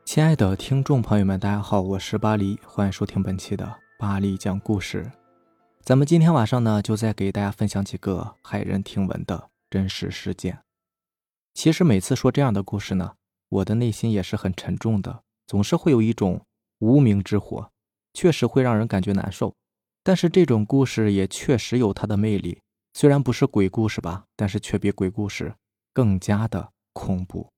亲爱的听众朋友们，大家好，我是巴黎，欢迎收听本期的巴黎讲故事。咱们今天晚上呢，就再给大家分享几个骇人听闻的真实事件。其实每次说这样的故事呢，我的内心也是很沉重的，总是会有一种无名之火，确实会让人感觉难受。但是这种故事也确实有它的魅力，虽然不是鬼故事吧，但是却比鬼故事更加的恐怖。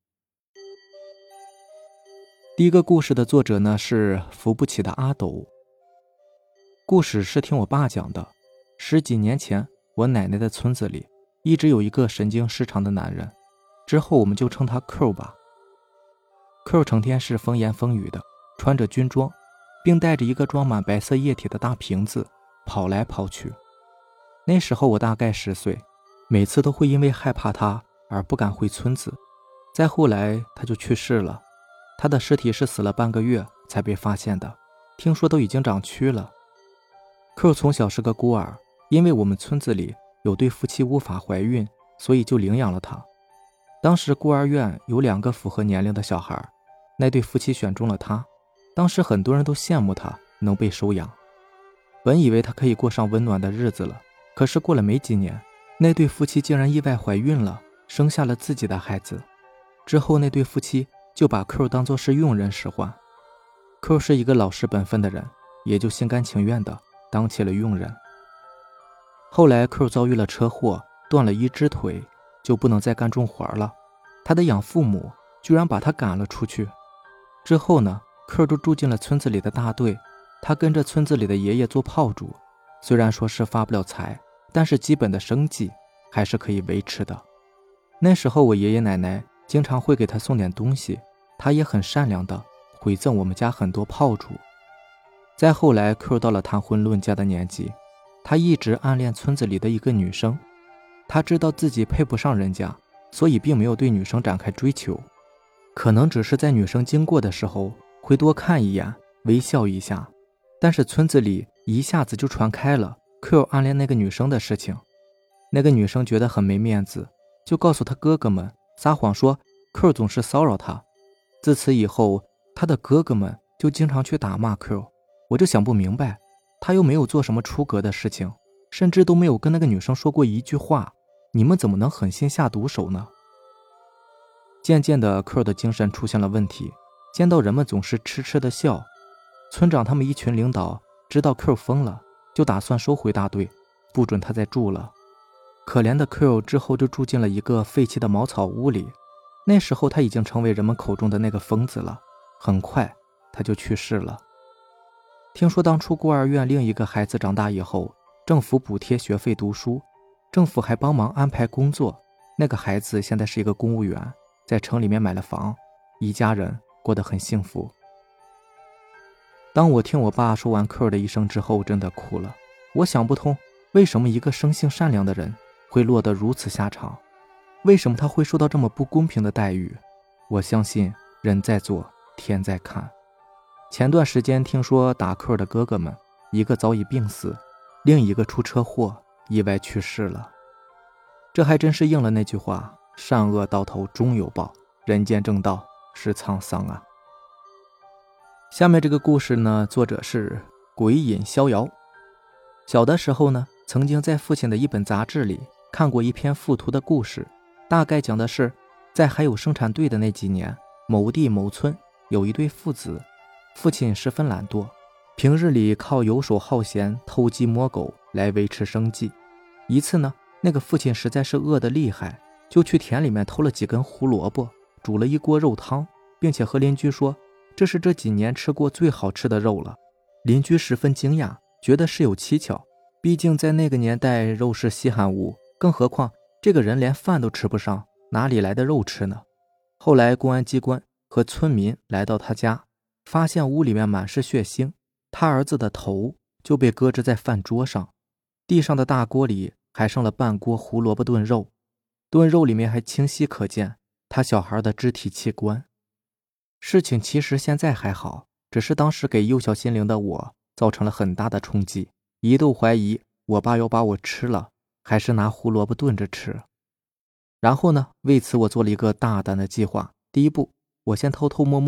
第一个故事的作者呢是扶不起的阿斗。故事是听我爸讲的。10几年前，我奶奶的村子里一直有一个神经失常的男人，之后我们就称他 Q 吧。Q 成天是风言风语的，穿着军装，并带着一个装满白色液体的大瓶子跑来跑去。那时候我大概10岁，每次都会因为害怕他而不敢回村子。再后来他就去世了，他的尸体是死了半个月才被发现的，听说都已经长蛆了。Q 从小是个孤儿，因为我们村子里有对夫妻无法怀孕，所以就领养了他。当时孤儿院有2个符合年龄的小孩，那对夫妻选中了他。当时很多人都羡慕他能被收养，本以为他可以过上温暖的日子了。可是过了没几年，那对夫妻竟然意外怀孕了，生下了自己的孩子。之后那对夫妻就把 Q 当作是佣人使唤。 Q 是一个老实本分的人，也就心甘情愿地当起了佣人。后来 Q 遭遇了车祸，断了1只腿，就不能再干重活了。他的养父母居然把他赶了出去。之后呢， Q 就住进了村子里的大队，他跟着村子里的爷爷做炮主，虽然说是发不了财，但是基本的生计还是可以维持的。那时候我爷爷奶奶经常会给他送点东西，他也很善良的回赠我们家很多炮竹。再后来 Q 到了谈婚论嫁的年纪，他一直暗恋村子里的一个女生。他知道自己配不上人家，所以并没有对女生展开追求，可能只是在女生经过的时候会多看一眼，微笑一下。但是村子里一下子就传开了 Q 暗恋那个女生的事情。那个女生觉得很没面子，就告诉他哥哥们，撒谎说 Q 总是骚扰他。自此以后，他的哥哥们就经常去打骂 Q。 我就想不明白，他又没有做什么出格的事情，甚至都没有跟那个女生说过一句话，你们怎么能狠心下毒手呢？渐渐的 Q 的精神出现了问题，见到人们总是痴痴的笑。村长他们一群领导知道 Q 疯了，就打算收回大队，不准他再住了。可怜的 Q 之后就住进了一个废弃的茅草屋里。那时候他已经成为人们口中的那个疯子了，很快他就去世了。听说当初孤儿院另一个孩子长大以后，政府补贴学费读书，政府还帮忙安排工作，那个孩子现在是一个公务员，在城里面买了房，一家人过得很幸福。当我听我爸说完 Q 的一生之后，真的哭了。我想不通，为什么一个生性善良的人会落得如此下场？为什么他会受到这么不公平的待遇？我相信人在做，天在看。前段时间听说打 Q 的哥哥们，一个早已病死，另一个出车祸意外去世了。这还真是应了那句话，善恶到头终有报，人间正道是沧桑啊。下面这个故事呢，作者是鬼隐逍遥。小的时候呢，曾经在父亲的一本杂志里看过一篇附图的故事，大概讲的是在还有生产队的那几年，某地某村有一对父子，父亲十分懒惰，平日里靠游手好闲、偷鸡摸狗来维持生计。一次呢，那个父亲实在是饿得厉害，就去田里面偷了几根胡萝卜，煮了一锅肉汤，并且和邻居说这是这几年吃过最好吃的肉了。邻居十分惊讶，觉得事有蹊跷，毕竟在那个年代肉是稀罕物，更何况这个人连饭都吃不上，哪里来的肉吃呢？后来公安机关和村民来到他家，发现屋里面满是血腥，他儿子的头就被搁置在饭桌上，地上的大锅里还剩了半锅胡萝卜炖肉，炖肉里面还清晰可见他小孩的肢体器官。事情其实现在还好，只是当时给幼小心灵的我造成了很大的冲击，一度怀疑我爸要把我吃了，还是拿胡萝卜炖着吃。然后呢，为此我做了一个大胆的计划。第一步，我先偷偷摸摸的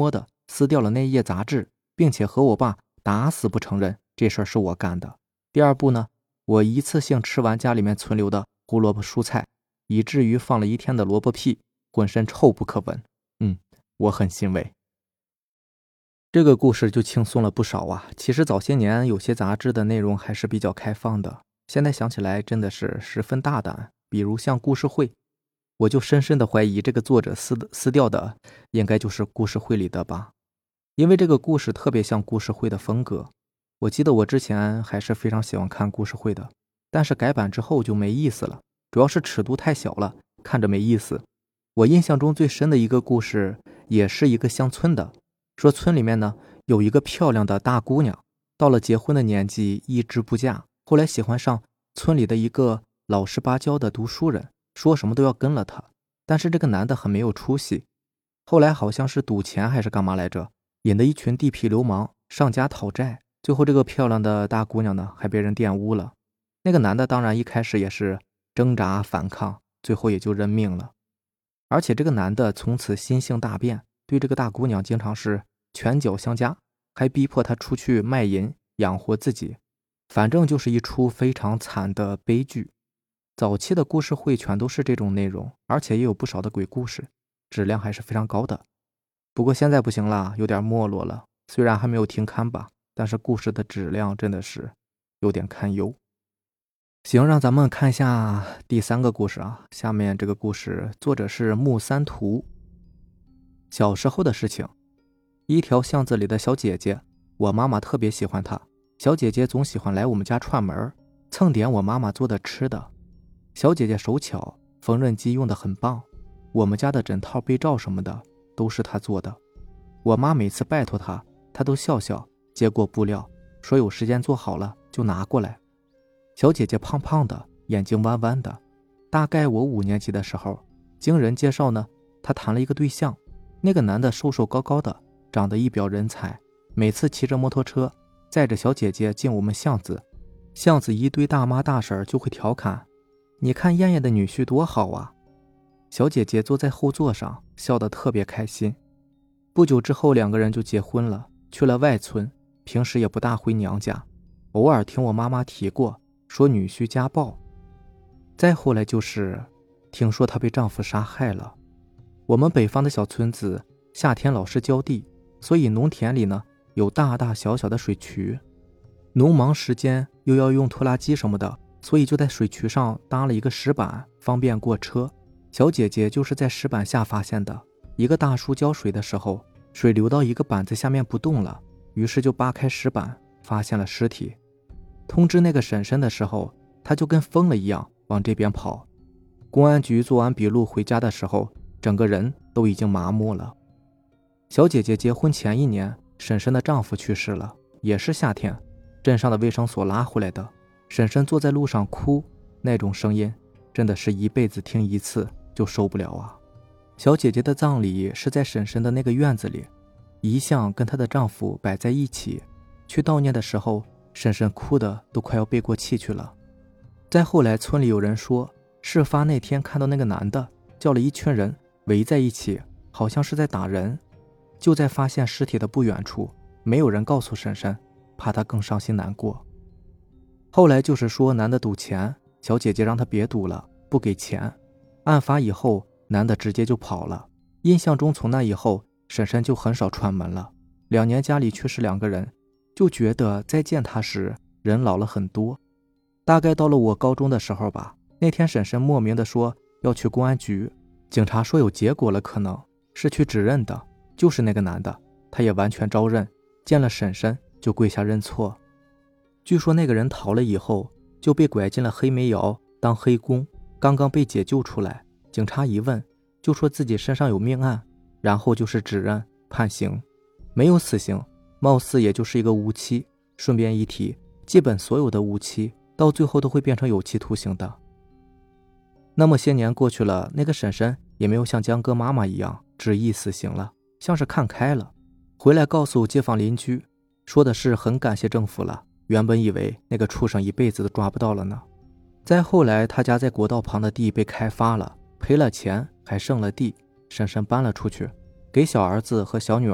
撕掉了那页杂志，并且和我爸打死不承认这事儿是我干的。第二步呢，我一次性吃完家里面存留的胡萝卜蔬菜，以至于放了一天的萝卜屁，浑身臭不可闻。我很欣慰。这个故事就轻松了不少啊。其实早些年有些杂志的内容还是比较开放的，现在想起来真的是十分大胆。比如像故事会，我就深深的怀疑这个作者撕掉的应该就是故事会里的吧，因为这个故事特别像故事会的风格。我记得我之前还是非常喜欢看故事会的，但是改版之后就没意思了，主要是尺度太小了，看着没意思。我印象中最深的一个故事也是一个乡村的，说村里面呢有一个漂亮的大姑娘，到了结婚的年纪一直不嫁，后来喜欢上村里的一个老实巴交的读书人，说什么都要跟了他。但是这个男的很没有出息，后来好像是赌钱还是干嘛来着，引得一群地痞流氓上家讨债，最后这个漂亮的大姑娘呢还被人玷污了。那个男的当然一开始也是挣扎反抗，最后也就认命了。而且这个男的从此心性大变，对这个大姑娘经常是拳脚相加，还逼迫她出去卖淫养活自己，反正就是一出非常惨的悲剧。早期的故事会全都是这种内容，而且也有不少的鬼故事，质量还是非常高的。不过现在不行了，有点没落了，虽然还没有停刊吧，但是故事的质量真的是有点堪忧。行，让咱们看一下第3个故事啊。下面这个故事作者是木三图。小时候的事情，一条巷子里的小姐姐，我妈妈特别喜欢她。小姐姐总喜欢来我们家串门，蹭点我妈妈做的吃的。小姐姐手巧，缝纫机用得很棒，我们家的枕套被罩什么的都是她做的。我妈每次拜托她，她都笑笑接过布料，说有时间做好了就拿过来。小姐姐胖胖的，眼睛弯弯的，大概我5年级的时候，经人介绍呢，她谈了一个对象。那个男的瘦瘦高高的，长得一表人才，每次骑着摩托车载着小姐姐进我们巷子，巷子一堆大妈大婶就会调侃，你看燕燕的女婿多好啊。小姐姐坐在后座上，笑得特别开心。不久之后，2个人就结婚了，去了外村，平时也不大回娘家，偶尔听我妈妈提过，说女婿家暴。再后来就是听说她被丈夫杀害了。我们北方的小村子夏天老是浇地，所以农田里呢有大大小小的水渠，农忙时间又要用拖拉机什么的，所以就在水渠上搭了一个石板，方便过车。小姐姐就是在石板下发现的，一个大叔浇水的时候，水流到一个板子下面不动了，于是就扒开石板，发现了尸体。通知那个婶婶的时候，她就跟疯了一样往这边跑。公安局做完笔录回家的时候，整个人都已经麻木了。小姐姐结婚前1年，婶婶的丈夫去世了，也是夏天，镇上的卫生所拉回来的。婶婶坐在路上哭，那种声音真的是一辈子听一次就受不了啊。小姐姐的葬礼是在婶婶的那个院子里，遗像跟她的丈夫摆在一起，去悼念的时候，婶婶哭的都快要背过气去了。再后来村里有人说，事发那天看到那个男的叫了一群人围在一起，好像是在打人。就在发现尸体的不远处，没有人告诉婶婶，怕她更伤心难过。后来就是说男的赌钱，小姐姐让他别赌了，不给钱。案发以后，男的直接就跑了。印象中从那以后，婶婶就很少串门了。2年家里去世2个人，就觉得再见他时人老了很多。大概到了我高中的时候吧，那天婶婶莫名的说要去公安局，警察说有结果了，可能是去指认的，就是那个男的，他也完全招认，见了婶婶就跪下认错。据说那个人逃了以后就被拐进了黑煤窑当黑工，刚刚被解救出来，警察一问就说自己身上有命案，然后就是指认判刑，没有死刑，貌似也就是一个无期。顺便一提，基本所有的无期到最后都会变成有期徒刑的。那么些年过去了，那个婶婶也没有像江哥妈妈一样执意死刑了，像是看开了，回来告诉街坊邻居，说的是很感谢政府了，原本以为那个畜生一辈子都抓不到了呢。再后来他家在国道旁的地被开发了，赔了钱还剩了地，婶婶搬了出去，给小儿子和小女儿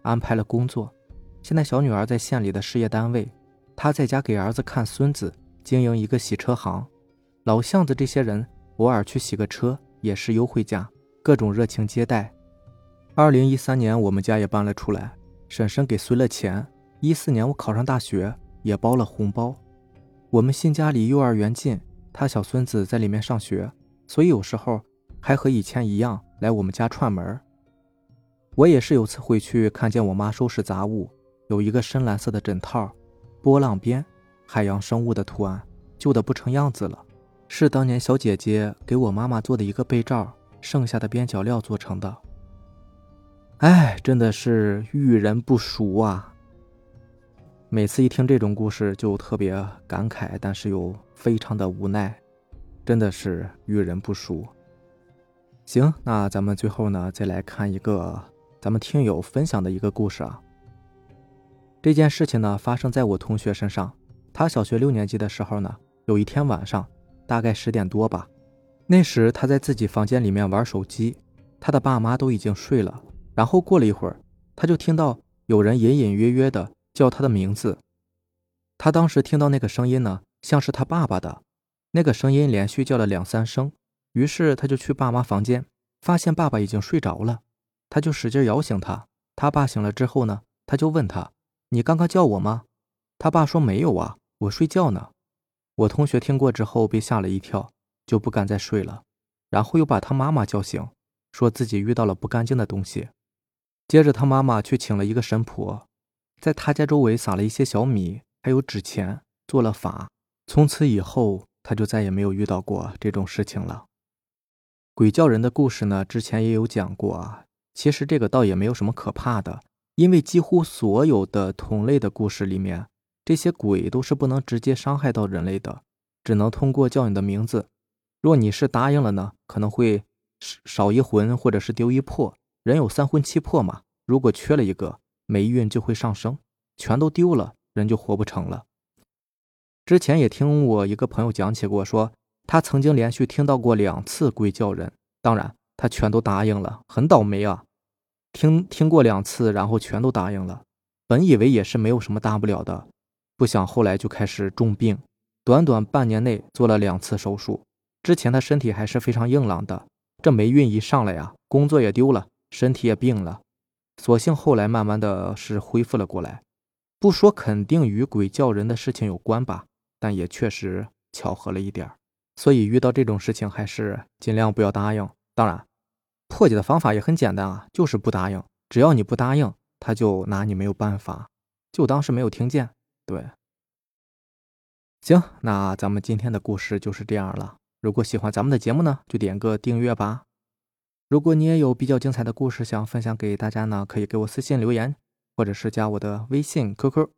安排了工作。现在小女儿在县里的事业单位，她在家给儿子看孙子，经营一个洗车行。老巷子这些人偶尔去洗个车也是优惠价，各种热情接待。2013年我们家也搬了出来，婶婶给随了钱。14年我考上大学，也包了红包。我们新家离幼儿园近，他小孙子在里面上学，所以有时候还和以前一样来我们家串门。我也是有次回去看见我妈收拾杂物，有一个深蓝色的枕套，波浪边海洋生物的图案，旧的不成样子了，是当年小姐姐给我妈妈做的一个被罩，剩下的边角料做成的。哎，真的是遇人不淑啊。每次一听这种故事就特别感慨，但是又非常的无奈，真的是遇人不淑。行，那咱们最后呢，再来看一个咱们听友分享的一个故事啊。这件事情呢，发生在我同学身上。他小学6年级的时候呢，有一天晚上，大概10点多吧，那时他在自己房间里面玩手机，他的爸妈都已经睡了。然后过了一会儿，他就听到有人隐隐约约的叫他的名字。他当时听到那个声音呢，像是他爸爸的，那个声音连续叫了2、3声。于是他就去爸妈房间，发现爸爸已经睡着了，他就使劲摇醒他。他爸醒了之后呢，他就问他：你刚刚叫我吗？他爸说没有啊，我睡觉呢。我同学听过之后被吓了一跳，就不敢再睡了，然后又把他妈妈叫醒，说自己遇到了不干净的东西。接着他妈妈去请了一个神婆，在他家周围撒了一些小米还有纸钱，做了法。从此以后他就再也没有遇到过这种事情了。鬼叫人的故事呢，之前也有讲过啊。其实这个倒也没有什么可怕的，因为几乎所有的同类的故事里面，这些鬼都是不能直接伤害到人类的，只能通过叫你的名字。若你是答应了呢，可能会少一魂或者是丢一魄。人有3魂7魄嘛，如果缺了一个，霉运就会上升，全都丢了，人就活不成了。之前也听我一个朋友讲起过，说他曾经连续听到过2次鬼叫人，当然他全都答应了，很倒霉啊。听过2次，然后全都答应了，本以为也是没有什么大不了的，不想后来就开始重病，短短半年内做了2次手术。之前他身体还是非常硬朗的，这霉运一上来呀，工作也丢了，身体也病了，所幸后来慢慢的是恢复了过来。不说肯定与鬼叫人的事情有关吧，但也确实巧合了一点，所以遇到这种事情还是尽量不要答应。当然破解的方法也很简单啊，就是不答应，只要你不答应，他就拿你没有办法，就当是没有听见。对，行，那咱们今天的故事就是这样了。如果喜欢咱们的节目呢，就点个订阅吧。如果你也有比较精彩的故事想分享给大家呢，可以给我私信留言，或者是加我的微信 QQ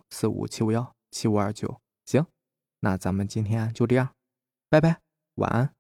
457517529，457517529。行，那咱们今天就这样，拜拜，晚安。